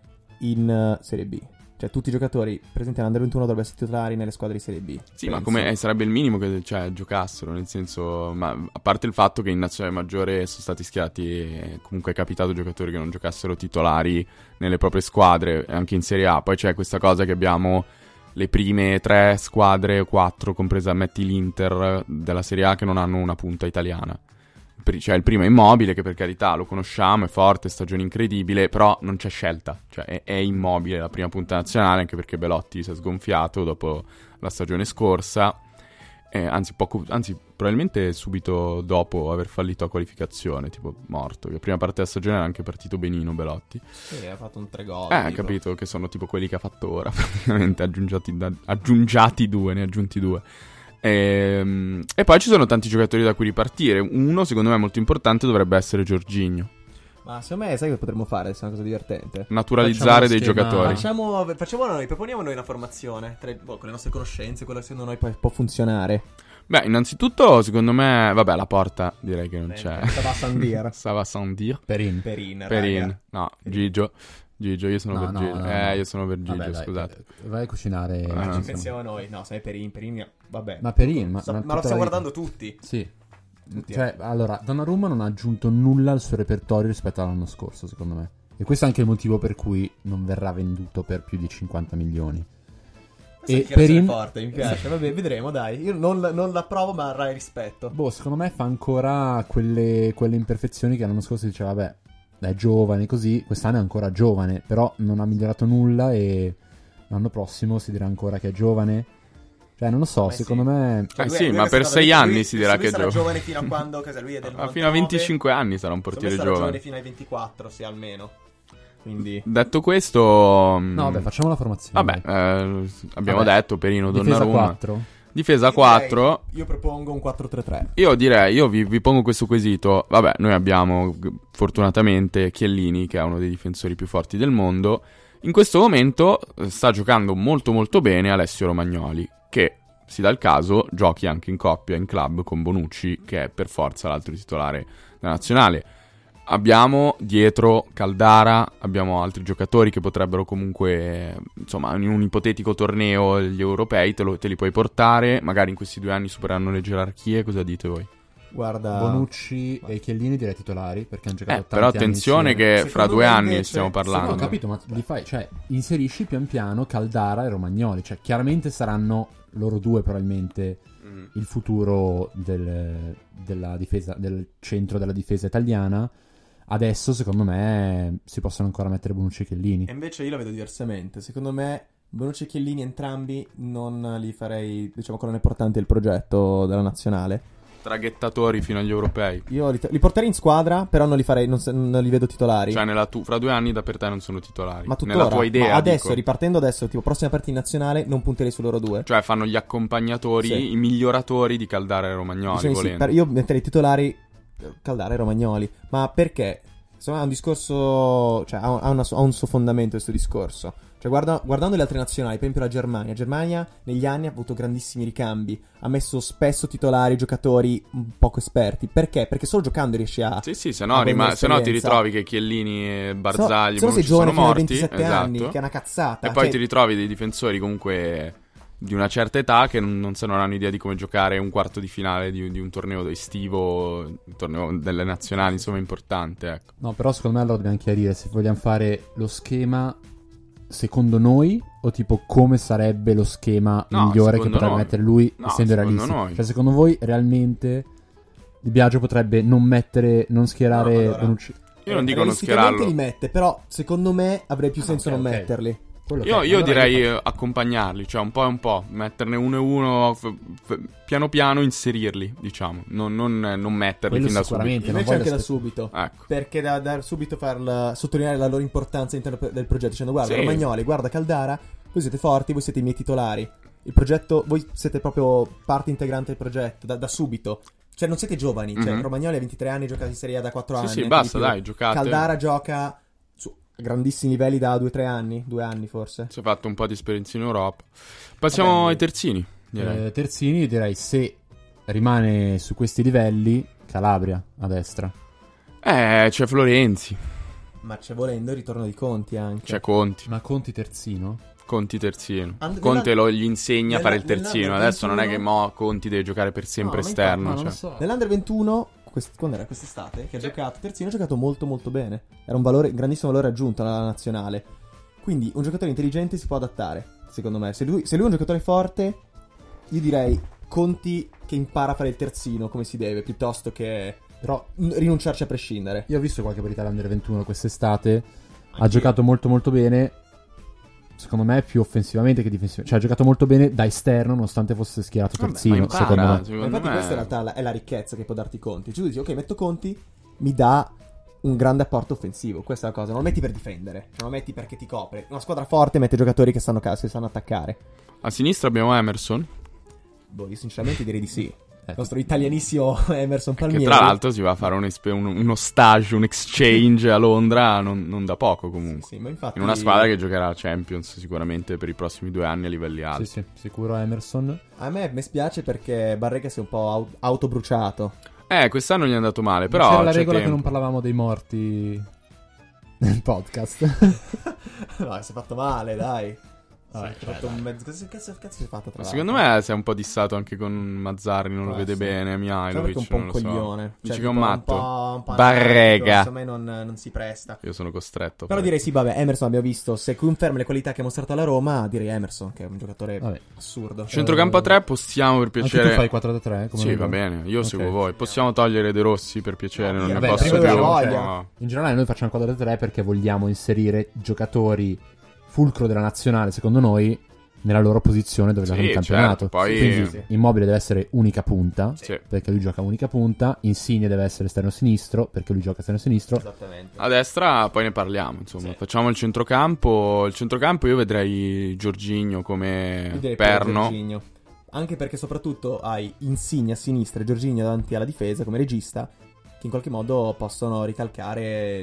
in Serie B. Cioè tutti i giocatori presenti all'Under 21 dovrebbero essere titolari nelle squadre di Serie B. Sì, penso. ma come sarebbe il minimo che giocassero, nel senso, ma a parte il fatto che in nazionale maggiore sono stati schierati, comunque è capitato giocatori che non giocassero titolari nelle proprie squadre, anche in Serie A. Poi c'è questa cosa che abbiamo le prime 3 squadre o 4, compresa metti l'Inter della Serie A, che non hanno una punta italiana. Cioè il primo è Immobile, che per carità lo conosciamo, è forte, stagione incredibile, però non c'è scelta, cioè è Immobile la prima punta nazionale, anche perché Belotti si è sgonfiato dopo la stagione scorsa, anzi probabilmente subito dopo aver fallito a qualificazione, tipo morto, che prima parte della stagione era anche partito benino Belotti. Sì, ha fatto un 3 gol. Capito, che sono tipo quelli che ha fatto ora, praticamente aggiungiati 2, ne ha aggiunti 2. E poi ci sono tanti giocatori da cui ripartire. Uno, secondo me, molto importante dovrebbe essere Jorginho. Ma secondo me, sai che potremmo fare? Se è una cosa divertente. Naturalizzare dei schema- giocatori. Facciamo noi, proponiamo noi una formazione con le nostre conoscenze, quella che secondo noi poi può funzionare. Beh, innanzitutto, secondo me, vabbè, la porta direi che non c'è. Stava a San Dir. Stava a San Dir. Perin. Perin. No, Gigio, io sono No, per no, Gigio. no. Io sono per Gigio, Vabbè, dai, scusate. vai a cucinare. Ah, Ci insomma. pensiamo noi. No, sai Perin, vabbè. Ma Perin, Ma lo tutta stiamo la- guardando tutti. Sì. Tutti, Cioè, allora, Donnarumma non ha aggiunto nulla al suo repertorio rispetto all'anno scorso, secondo me. E questo è anche il motivo per cui non verrà venduto per più di 50 milioni. E Perin, forte, mi piace. Vabbè, vedremo, dai. Io non l'approvo, ma avrai rispetto. boh, secondo me fa ancora quelle imperfezioni che l'anno scorso diceva, vabbè, è giovane così, quest'anno è ancora giovane, però non ha migliorato nulla e l'anno prossimo si dirà ancora che è giovane. Cioè, non lo so, Ma secondo sì. me... Sì, ma per 6 anni si dirà che è sarà giovane. giovane fino a quando, cosa lui è del 99. Fino a 25 anni sarà un portiere Secondo me sarà giovane. fino ai 24, sì, almeno. Quindi Detto questo, No, vabbè, facciamo la formazione. vabbè, abbiamo Vabbè. detto Perino, Difesa Donnarumma. 4. Difesa 4. io propongo un 4-3-3. Io vi pongo questo quesito. Vabbè, noi abbiamo fortunatamente Chiellini, che è uno dei difensori più forti del mondo. In questo momento sta giocando molto molto bene Alessio Romagnoli, che si dà il caso, giochi anche in coppia, in club con Bonucci, che è per forza l'altro titolare della nazionale. Abbiamo dietro Caldara, abbiamo altri giocatori che potrebbero comunque, insomma, in un ipotetico torneo gli europei te li puoi portare, magari in questi 2 anni superano le gerarchie, cosa dite voi? Guarda, Bonucci e Chiellini direi titolari, perché hanno giocato tanti però anni attenzione insieme. che fra Secondo 2 me anni invece- stiamo Sì, no, parlando. ho capito, ma li fai, cioè, inserisci pian piano Caldara e Romagnoli, cioè, chiaramente saranno loro due probabilmente il futuro della difesa, del centro della difesa italiana. Adesso, secondo me, si possono ancora mettere Bonucci e Chiellini. E invece io la vedo diversamente. Secondo me Bonucci e Chiellini entrambi non li farei, diciamo, colonne portanti del progetto della nazionale. Traghettatori fino agli europei. Io li porterei in squadra, però non li farei, non li vedo titolari. Cioè, fra 2 anni per te non sono titolari. Ma tuttora, nella tua idea, ma adesso, dico. ripartendo adesso, tipo prossima partita in nazionale, non punterei su loro due. Cioè, fanno gli accompagnatori, Sì. i miglioratori di Caldara e Romagnoli, Diciamo sì, volendo. io metterei titolari Caldara e Romagnoli. Ma perché? Secondo me è un discorso, cioè ha un suo fondamento questo discorso. Cioè guardando le altre nazionali, per esempio la Germania. Germania negli anni ha avuto grandissimi ricambi, ha messo spesso titolari, giocatori poco esperti. Perché? Perché solo giocando riesci a... Sì, se a no, prendere se no ti esperienza. ritrovi che Chiellini e Barzagli Se no sei Bonucci giovane sono fino ai morti. 27 esatto. anni, che è una cazzata. E poi Cioè, ti ritrovi dei difensori comunque di una certa età che non hanno idea di come giocare un quarto di finale di un torneo estivo, un torneo delle nazionali, insomma, importante, ecco. No, però secondo me allora dobbiamo chiarire se vogliamo fare lo schema secondo noi o tipo come sarebbe lo schema No, migliore che secondo potrebbe noi. mettere lui, No, essendo secondo realisti. noi. Cioè, secondo voi realmente Di Biagio potrebbe non schierare No, allora, Bonucci? Io non dico non realisticamente schierarlo. li mette, però secondo me avrebbe più senso ok, non ok. metterli. Quello Io, che- io allora direi faccio- accompagnarli, cioè un po' e un po', metterne uno e uno, piano piano inserirli, diciamo, non metterli Quello fin da sicuramente. subito. non Invece voglio anche da aspettare. subito. Ecco. Perché da subito sottolineare la loro importanza all'interno del progetto, dicendo guarda Sì. Romagnoli, guarda Caldara, voi siete forti, voi siete i miei titolari. Il progetto, voi siete proprio parte integrante del progetto, da subito. Cioè non siete giovani, cioè Mhm. Romagnoli ha 23 anni, gioca in Serie A da 4 Sì, anni. sì, anche basta, di più. dai, giocate. Caldara gioca su grandissimi livelli da 2-3 anni, 2 anni forse. Si è fatto un po' di esperienza in Europa. Passiamo Vabbè, ai terzini, direi. Terzini, direi se rimane su questi livelli, Calabria a destra. C'è Florenzi, Ma c'è volendo il ritorno di Conti anche. c'è Conti. Ma Conti terzino? Conti terzino. And- Conte nella- gli insegna a fare il terzino. nell'Under Adesso non è che 21 Conti deve giocare per sempre No, ma esterno. No, non cioè. lo so. Nell'Under 21, quando era quest'estate, che ha giocato terzino, ha giocato molto molto bene. Era un grandissimo valore aggiunto alla nazionale. Quindi un giocatore intelligente si può adattare, secondo me. Se lui è un giocatore forte, io direi Conti che impara a fare il terzino come si deve, piuttosto che Però rinunciarci a prescindere. io ho visto qualche partita all'Under 21 quest'estate. Ha Anch'io. giocato molto molto bene. Secondo me più offensivamente che difensivamente. Cioè ha giocato molto bene da esterno nonostante fosse schierato Vabbè, terzino, ma impara, secondo me. Ma secondo infatti me. questa in realtà è la ricchezza che può darti Conti. Cioè tu dici, ok, metto Conti, mi dà un grande apporto offensivo. Questa è la cosa, non lo metti per difendere, cioè non lo metti perché ti copre. Una squadra forte mette giocatori che sanno attaccare. A sinistra abbiamo Emerson, Boh, io sinceramente direi di sì. Il nostro italianissimo Emerson che Palmieri. tra l'altro si va a fare uno stage, un exchange a Londra non da poco comunque. Sì, ma infatti In una squadra che giocherà la Champions sicuramente per i prossimi 2 anni a livelli alti. Sì, sicuro Emerson. a me spiace perché Barreca si è un po' autobruciato. Quest'anno gli è andato male, Però però c'era la c'è regola che tempo. non parlavamo dei morti nel podcast. No, si è fatto male, dai. Vabbè, Si è fatto un mezzo... Cazzo si è fatto tra Secondo l'altro? me si è un po' dissato anche con Mazzarri, non lo Può vede essere. bene, Però perché è Mihailovic, un po' un non lo so. coglione. Dici Cioè, che è un tipo, matto? un po' Barrega. Secondo me non si presta. Io sono costretto. Però direi sì, vabbè, Emerson abbiamo visto. Se conferma le qualità che ha mostrato alla Roma, direi Emerson, che è un giocatore Vabbè. assurdo. Centrocampo a 3 possiamo per Anche piacere. tu fai 4-3? Come Sì, lo va vuoi? bene, io Ok. seguo voi. Possiamo togliere De Rossi per piacere, non ne vabbè, posso prima più. della voglia. No. In generale noi facciamo 4-3 perché vogliamo inserire giocatori fulcro della nazionale, secondo noi, nella loro posizione dove Sì, giocano il campionato. certo, poi- Quindi Sì. Immobile deve essere unica punta, Sì. perché lui gioca unica punta. Insigne deve essere esterno sinistro, perché lui gioca esterno sinistro. Esattamente. A destra poi ne parliamo, insomma. Sì. Facciamo il centrocampo. Il centrocampo io vedrei Jorginho come Io direi perno. Jorginho. Anche perché soprattutto hai Insigne a sinistra e Jorginho davanti alla difesa come regista, che in qualche modo possono ricalcare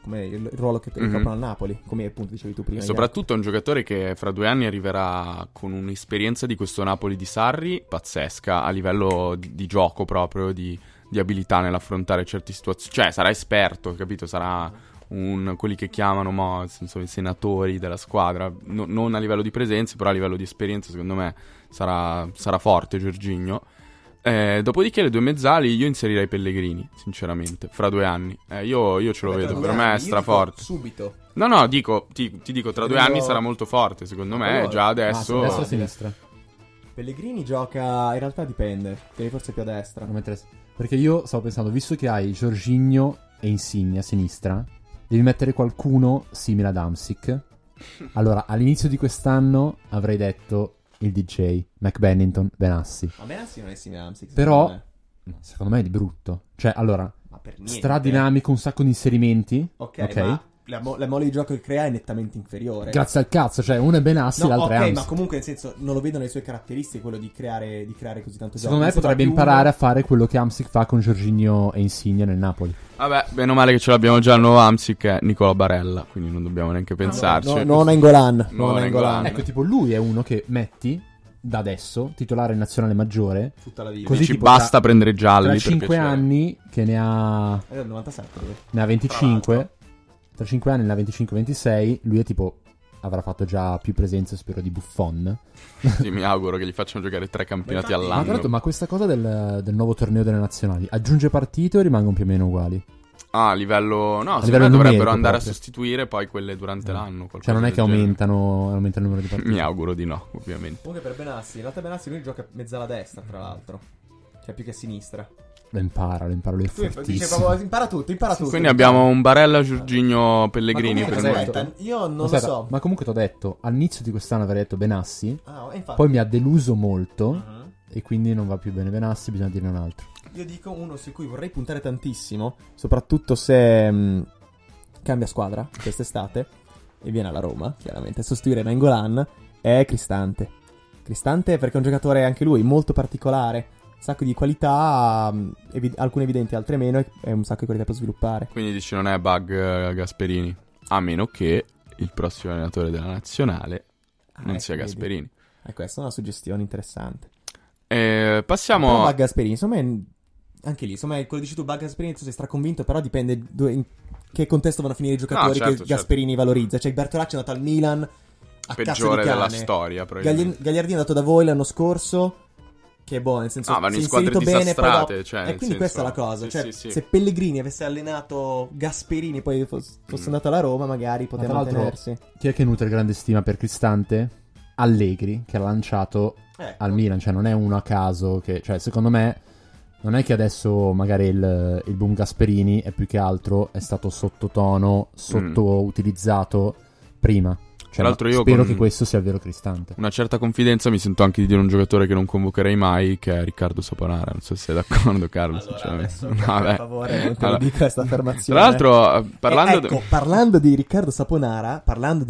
come il ruolo che ricoprono al Napoli, come appunto dicevi tu prima. E soprattutto è un giocatore che fra 2 anni arriverà con un'esperienza di questo Napoli di Sarri pazzesca, a livello di gioco proprio, di abilità nell'affrontare certe situazioni. Cioè sarà esperto, capito? Sarà quelli che chiamano nel senso, i senatori della squadra, non a livello di presenze, però a livello di esperienza secondo me sarà forte Jorginho. Dopodiché le 2 mezzali io inserirei Pellegrini, sinceramente, fra 2 anni. Io ce lo vedo, per me è straforte. Subito. No, ti dico, tra 2 anni sarà molto forte, secondo me, già adesso. Destra o sinistra? Pellegrini gioca, in realtà dipende, quindi forse più a destra. Non mi interessa. Perché io stavo pensando, visto che hai Jorginho e Insigne a sinistra, devi mettere qualcuno simile ad Hamsik. Allora, all'inizio di quest'anno avrei detto il DJ, McBennington, Benassi. Ma Benassi non è simile a Hamsik. Però, secondo me è di brutto. Cioè, allora, ma per niente. stradinamico, un sacco di inserimenti. Ok. Ma la mole di gioco che crea è nettamente inferiore. Grazie al cazzo, cioè uno è Benassi, l'altro è Hamsik. Ma comunque nel senso non lo vedo nelle sue caratteristiche quello di creare così tanto Secondo gioco. me potrebbe imparare a fare quello che Hamsik fa con Jorginho e Insigne nel Napoli. Vabbè, bene o male che ce l'abbiamo già il nuovo Hamsik, è Nicola Barella, quindi non dobbiamo neanche pensarci. Non Nainggolan. Ecco, tipo lui è uno che metti da adesso, titolare in nazionale maggiore, tutta la vita. così Dici tipo basta prendere gialli tra per 5 piacere. anni che ne ha È del 97. ne ha 25, tra 5 anni ne ha 25-26, lui è tipo avrà fatto già più presenze, spero, di Buffon. Sì, mi auguro che gli facciano giocare 3 campionati Ma infatti- Ma, tra l'altro, all'anno. ma questa cosa del nuovo torneo delle nazionali aggiunge partite o rimangono più o meno uguali? A livello... No, secondo livello me dovrebbero numerico andare proprio. a sostituire poi quelle durante l'anno. Cioè non è che genere. aumenta il numero di partite. Mi auguro di no, ovviamente. Comunque per Benassi, in realtà Benassi lui gioca mezzala destra, tra l'altro. Cioè più che a sinistra. Lo impara, lui è Tu dice fortissimo. proprio impara tutto. Quindi abbiamo un Barella, Giorginho, Pellegrini Ma per comunque, noi. aspetta, io non Aspetta, lo so. ma comunque ti ho detto, all'inizio di quest'anno avrei detto Benassi, Infatti. poi mi ha deluso molto Mhm. e quindi non va più bene Benassi, bisogna dirne un altro. Io dico uno su cui vorrei puntare tantissimo, soprattutto se cambia squadra quest'estate e viene alla Roma, chiaramente, a sostituire Nainggolan, è Cristante. Cristante perché è un giocatore anche lui molto particolare, un sacco di qualità, alcune evidenti, altre meno, e un sacco di qualità per sviluppare. Quindi dici non è bug Gasperini. A meno che il prossimo allenatore della nazionale non sia vedi. Gasperini. Questa è una suggestione interessante. Passiamo... Però Bug Gasperini, insomma, anche lì, insomma, quello che dici tu, Bug Gasperini, tu sei straconvinto, però dipende in che contesto vanno a finire i giocatori certo, che Gasperini valorizza. Cioè, Bertolacci è andato al Milan a cazzo peggiore di cane. della storia, probabilmente. Gagliardini è andato da voi l'anno scorso, che è buono, nel senso vanno si è in squadre inserito bene, poi disastrate, dopo... cioè, e nel quindi questa è la senso- cosa, sì, cioè, sì, sì. se Pellegrini avesse allenato Gasperini, poi fosse andato alla Roma, magari poteva tra l'altro, mantenersi. Chi è che nutre grande stima per Cristante? Allegri, che l'ha lanciato Ecco. al Milan, cioè non è uno a caso che, cioè secondo me non è che adesso magari il boom Gasperini è più che altro è stato sottotono, sottoutilizzato prima. Cioè, Tra l'altro io spero con- che questo sia il vero Cristante. Una certa confidenza mi sento anche di dire un giocatore che non convocherei mai, che è Riccardo Saponara. Non so se sei d'accordo, Carlo. sinceramente. No, per vabbè. favore, non te lo Allora, dico questa affermazione. Tra l'altro, parlando... Ecco, parlando di Riccardo Saponara, parlando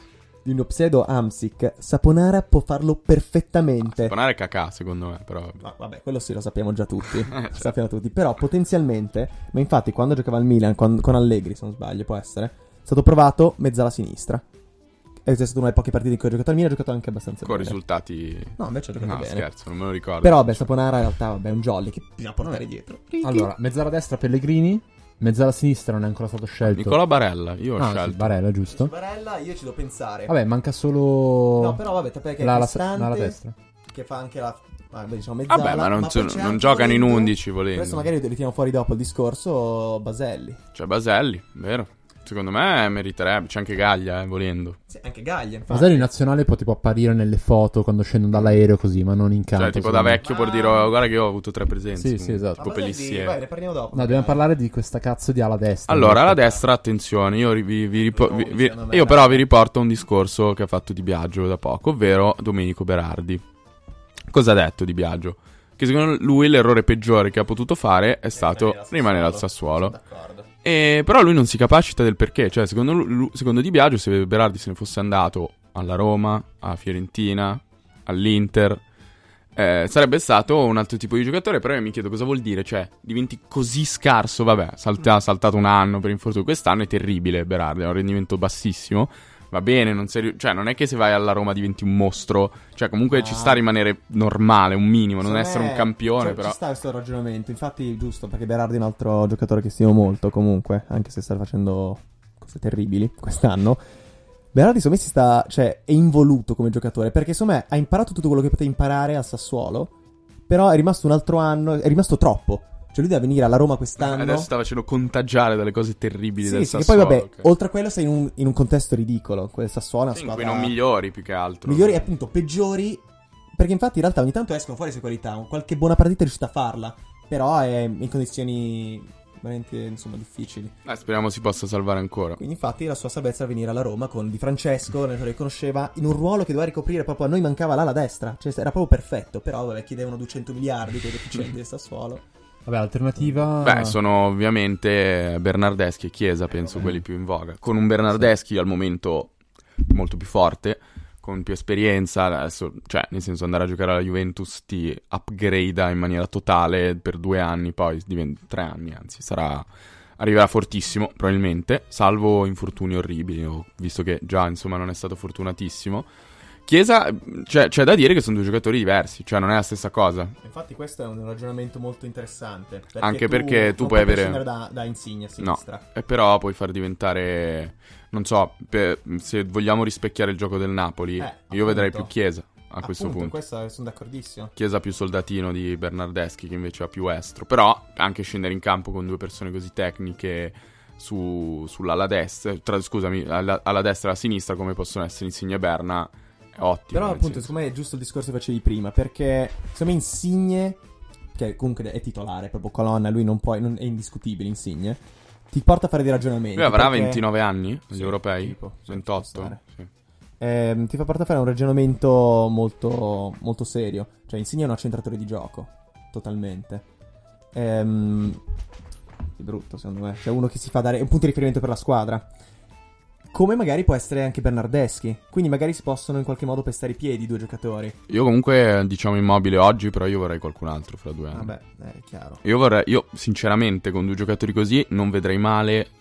di uno pseudo Hamsik, Saponara può farlo perfettamente. Saponara è cacà, secondo me, però... Ma vabbè, quello sì, lo sappiamo già tutti. Lo sappiamo tutti. Però potenzialmente, ma infatti quando giocava al Milan con Allegri, se non sbaglio, può essere, è stato provato mezzala sinistra. È stata una delle poche partite in cui ha giocato al Milan, ha giocato anche abbastanza Con bene. risultati... No, invece ha giocato No, bene. scherzo, non me lo ricordo. Però vabbè, Saponara in realtà vabbè, è un jolly che bisogna portare dietro. Allora, mezzala destra Pellegrini, mezzala sinistra non è ancora stato scelto. Nicola Barella, io ho Sì, scelto. Barella, giusto? Barella, io ci devo pensare. Vabbè, manca solo No, però vabbè, perché la Cristante, destra. che fa anche la diciamo mezzala. Vabbè, ma non poi c'è non anche giocano in volendo- 11 volendo. Questo magari lo ritiriamo fuori dopo il discorso. Baselli. C'è Baselli, vero? Secondo me meriterebbe. C'è anche Gaglia, volendo. Sì, anche Gaglia, infatti. Maselli in nazionale può tipo apparire nelle foto quando scendono dall'aereo così, ma non in campo. Cioè, tipo da secondo me. vecchio per dire, oh, guarda che io ho avuto 3 presenze. Sì, sì, esatto. Tipo Pelissier. Vai, ne parliamo dopo. No, dobbiamo parlare di questa cazzo di ala destra. Allora, alla destra, attenzione, io, io però vi riporto un discorso che ha fatto Di Biagio da poco, ovvero Domenico Berardi. Cosa ha detto Di Biagio? Che secondo lui l'errore peggiore che ha potuto fare è stato rimanere al Sassuolo. Sono d'accordo. Però lui non si capacita del perché. Cioè, secondo Di Biagio, se Berardi se ne fosse andato alla Roma, alla Fiorentina, all'Inter, sarebbe stato un altro tipo di giocatore. Però io mi chiedo cosa vuol dire, cioè diventi così scarso. Vabbè, ha saltato un anno per infortunio, quest'anno è terribile Berardi, ha un rendimento bassissimo. Va bene, cioè non è che se vai alla Roma diventi un mostro, cioè comunque ci sta a rimanere normale, un minimo, non essere un campione, cioè, però ci sta questo ragionamento, infatti giusto, perché Berardi è un altro giocatore che stimo molto comunque, anche se sta facendo cose terribili quest'anno. Berardi secondo me cioè è involuto come giocatore, perché secondo me ha imparato tutto quello che poteva imparare al Sassuolo, però è rimasto un altro anno, è rimasto troppo. Cioè lui deve venire alla Roma quest'anno. Adesso sta facendo contagiare dalle cose terribili del sì, Sassuolo. Che poi vabbè, okay. oltre a quello sei in un contesto ridicolo. Quel Sassuolo è una in squadra... cui non migliori più che altro. Migliori appunto, peggiori. Perché infatti in realtà ogni tanto escono fuori le sue qualità. Qualche buona partita è riuscita a farla, però è in condizioni veramente, insomma, difficili. Speriamo si possa salvare ancora. Quindi infatti la sua salvezza era venire alla Roma con Di Francesco, l'allenatore che conosceva, in un ruolo che doveva ricoprire proprio. A noi mancava l'ala destra, cioè era proprio perfetto. Però vabbè, chiedevano 200 miliardi quei deficienti del Sassuolo. Vabbè, alternativa... Beh, sono ovviamente Bernardeschi e Chiesa, penso, quelli più in voga. Con un Bernardeschi al momento molto più forte, con più esperienza, adesso, cioè, nel senso, andare a giocare alla Juventus ti upgrada in maniera totale per 2 anni, poi diventa 3 anni, anzi, arriverà fortissimo, probabilmente, salvo infortuni orribili, visto che già, insomma, non è stato fortunatissimo. Chiesa, c'è da dire che sono 2 giocatori diversi, cioè non è la stessa cosa. Infatti questo è un ragionamento molto interessante. Anche perché tu puoi avere... da Insigne a sinistra. No, e però puoi far diventare... Non so, se vogliamo rispecchiare il gioco del Napoli, io appunto. vedrei più Chiesa a questo punto. In questo sono d'accordissimo. Chiesa più soldatino di Bernardeschi, che invece ha più estro. Però anche scendere in campo con 2 persone così tecniche sull'ala destra, scusami, alla destra e alla sinistra, come possono essere Insigne e Berna, è ottimo. Però appunto secondo me è giusto il discorso che facevi prima, perché secondo me Insigne, che comunque è titolare, proprio colonna, lui non è indiscutibile Insigne, ti porta a fare dei ragionamenti. Lui avrà perché... 29 anni, agli sì, europei? tipo, 28? Sì. Ti fa portare a fare un ragionamento molto, molto serio. Cioè Insigne è un accentratore di gioco, totalmente. È brutto secondo me, cioè uno che si fa dare un punto di riferimento per la squadra. Come magari può essere anche Bernardeschi. Quindi magari si possono in qualche modo pestare i piedi 2 giocatori. Io comunque diciamo Immobile oggi, però io vorrei qualcun altro fra 2 anni. Vabbè, è chiaro. Io sinceramente con 2 giocatori così non vedrei male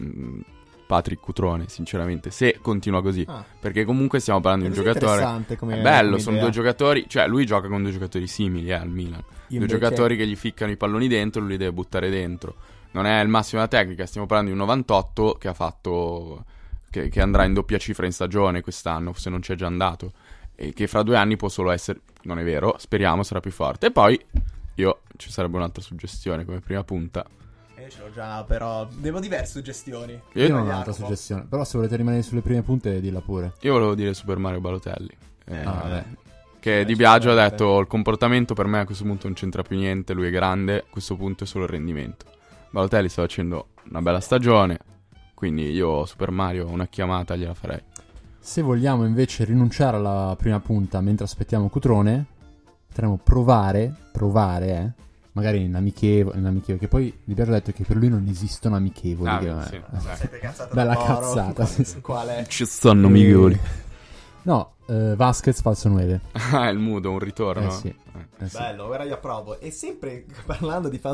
Patrick Cutrone, sinceramente, se continua così. Perché comunque stiamo parlando di un giocatore interessante come è bello, come sono idea. 2 giocatori, cioè lui gioca con 2 giocatori simili al Milan. Io 2 invece- giocatori che gli ficcano i palloni dentro, lui li deve buttare dentro. Non è il massimo della tecnica, stiamo parlando di un 98 che ha fatto che andrà in doppia cifra in stagione quest'anno, se non c'è già andato, e che fra 2 anni può solo essere, non è vero, speriamo sarà più forte. E poi ci sarebbe un'altra suggestione come prima punta. Io ce l'ho già, però devo diverse suggestioni. Io non ho un'altra suggestione, però se volete rimanere sulle prime punte dilla pure. Io volevo dire Super Mario Balotelli. Vabbè. Che Di Biagio ha detto il comportamento per me a questo punto non c'entra più niente, lui è grande, a questo punto è solo il rendimento. Balotelli sta facendo una bella stagione, quindi io Super Mario una chiamata gliela farei. Se vogliamo invece rinunciare alla prima punta mentre aspettiamo Cutrone, potremmo provare, magari in amichevole, che poi Di Biagio ha detto che per lui non esistono amichevoli. Siete cazzate Bella da Moro. cazzata, sì. Quale? Ci stanno migliori. No, Vasquez falso 9. Ah, il mudo, un ritorno. Sì. Sì. Bello, ora io approvo. E sempre parlando di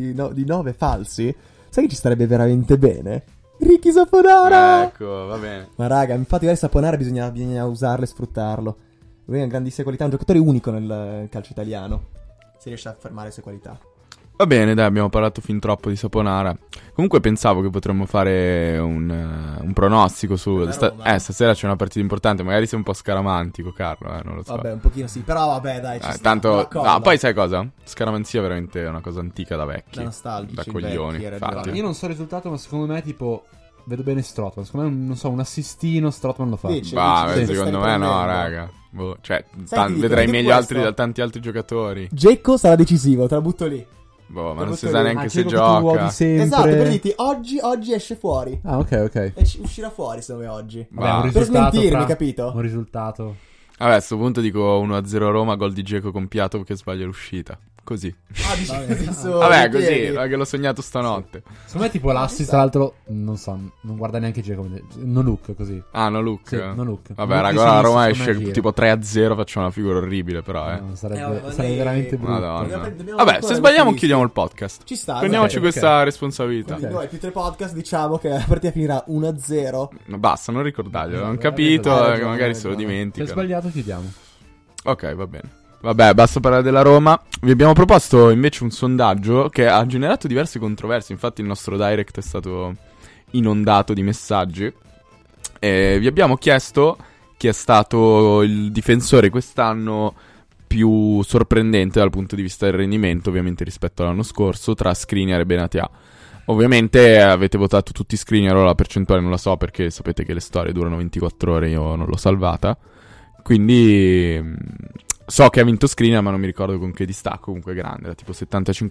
9 falsi, sai che ci starebbe veramente bene? Ricky Saponara! Ecco, va bene. Ma raga, infatti magari Saponara bisogna usarlo e sfruttarlo. Lui ha una grandissima qualità, è un giocatore unico nel calcio italiano. Si riesce a affermare le sue qualità. Va bene, dai, abbiamo parlato fin troppo di Saponara. Comunque pensavo che potremmo fare un pronostico su... stasera c'è una partita importante, magari sei un po' scaramantico, Carlo, non lo so. Vabbè, un pochino sì, però vabbè, dai, ci sta. Tanto... No, poi sai cosa? Scaramanzia è veramente una cosa antica da vecchi. Da nostalgici, da coglioni, vecchi, infatti. Io non so il risultato, ma secondo me tipo... Vedo bene Strootman. Secondo me, non so, un assistino Strootman lo fa. Secondo me no, raga. Cioè, vedrai dico meglio questo. da tanti altri giocatori. Dzeko sarà decisivo, te la butto lì. Ma non si butto sa lì. neanche se Dzeko che tu vuoi gioca. sempre. Esatto, per dirti, oggi esce fuori. Ah, ok. Uscirà fuori, secondo me, oggi. Vabbè, un Per risultato, smentirmi, capito? Un risultato. Vabbè, a sto punto dico 1-0 Roma, gol di Dzeko compiato perché sbaglia l'uscita. Così. Ah, dici su, Vabbè, in piedi. così, che l'ho sognato stanotte. Secondo me tipo l'assist, tra l'altro, non so, non guarda neanche Dzeko, no look così. Ah, no look. Sì, no look. Vabbè, Look raga, di ora la sinistra, Roma secondo me esce gira. tipo 3-0, facciamo una figura orribile però, No, sarebbe ma sarebbe lei- veramente brutto. Madonna. Dobbiamo Vabbè, ancora se sbagliamo mettere chiudiamo il lì. podcast. Ci sta. Prendiamoci ok. questa responsabilità. Quindi noi più 3 podcast diciamo che la partita finirà 1-0. Basta, non ricordarglielo, non Hai capito, ragione, che magari se lo hai ragione. Se è dimenticano. sbagliato chiudiamo. Ok, va bene. Vabbè, basta parlare della Roma. Vi abbiamo proposto invece un sondaggio che ha generato diverse controversie. Infatti il nostro direct è stato inondato di messaggi. E vi abbiamo chiesto chi è stato il difensore quest'anno più sorprendente dal punto di vista del rendimento, ovviamente rispetto all'anno scorso, tra Skriniar e Benatia. Ovviamente avete votato tutti Skriniar, ora la percentuale non la so perché sapete che le storie durano 24 ore, io non l'ho salvata. Quindi so che ha vinto Skriniar, ma non mi ricordo con che distacco, comunque grande, era tipo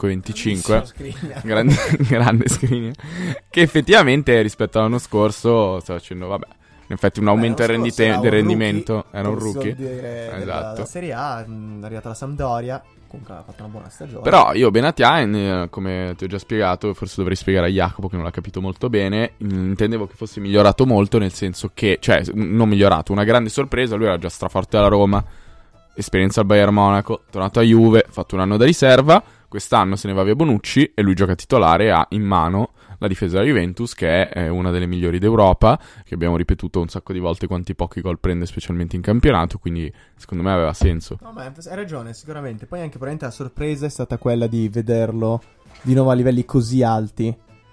75-25. Grande Skriniar. Che effettivamente rispetto all'anno scorso sta facendo, vabbè, in effetti un aumento del rendimento. Era un rookie. Esatto. La Serie A è arrivata alla Sampdoria. Comunque ha fatto una buona stagione. Però io Benatia, come ti ho già spiegato, forse dovrei spiegare a Jacopo che non l'ha capito molto bene, intendevo che fosse migliorato molto, nel senso che, cioè, non migliorato, una grande sorpresa, lui era già straforte alla Roma, esperienza al Bayern Monaco, tornato a Juve, fatto un anno da riserva, quest'anno se ne va via Bonucci e lui gioca titolare e ha in mano la difesa della Juventus, che è una delle migliori d'Europa, che abbiamo ripetuto un sacco di volte quanti pochi gol prende specialmente in campionato, quindi secondo me aveva senso. No, ma hai ragione, sicuramente. Poi anche probabilmente la sorpresa è stata quella di vederlo di nuovo a livelli così alti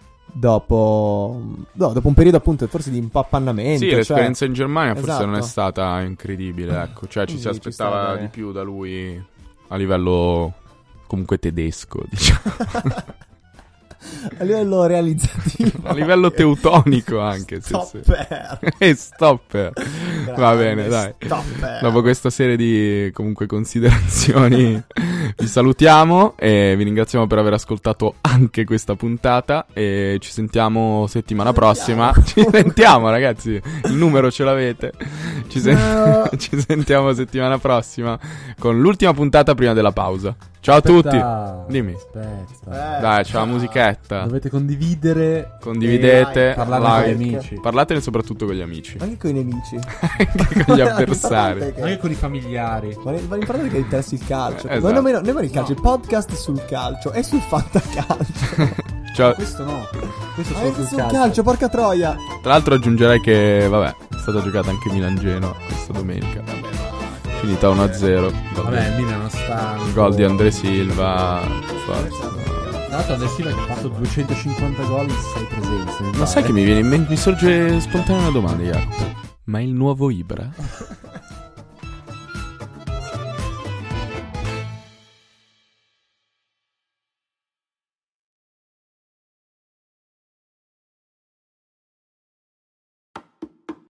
dopo un periodo appunto forse di un po' appannamento. Sì, cioè... l'esperienza in Germania forse Esatto. non è stata incredibile, ecco, cioè ci si Quindi ci aspettava sta, di più da lui a livello comunque tedesco, diciamo. A livello realizzativo. A livello teutonico anche. Stopper. E stopper. Va Grande bene, dai. stopper. Dopo questa serie di comunque considerazioni vi salutiamo e vi ringraziamo per aver ascoltato anche questa puntata e ci sentiamo settimana prossima. Ci sentiamo ragazzi, il numero ce l'avete. Ci sentiamo settimana prossima con l'ultima puntata prima della pausa. Ciao a tutti. Dimmi. Aspetta. Dai, c'è la musichetta. Dovete condividere. Condividete. Parlare like. con gli amici. Parlatene soprattutto con gli amici. Anche con i nemici. Anche con gli avversari. Anche con i familiari. Ma l'importante è che interessi il calcio. Esatto. Ma nemmeno il calcio, il podcast sul calcio e sul fantacalcio. Ciao. Questo no. Questo Ma solo anche sul sul calcio, porca troia. Tra l'altro aggiungerei che, vabbè, è stata giocata anche Milan-Genoa questa domenica. Finita 1-0. Vabbè, il Milan non sta. Gol di André Silva. Forza. Tra l'altro André Silva che ha fatto 250 gol in 6 presenze. Ma sai che mi sorge spontanea una domanda, Jacopo? Ma è il nuovo Ibra?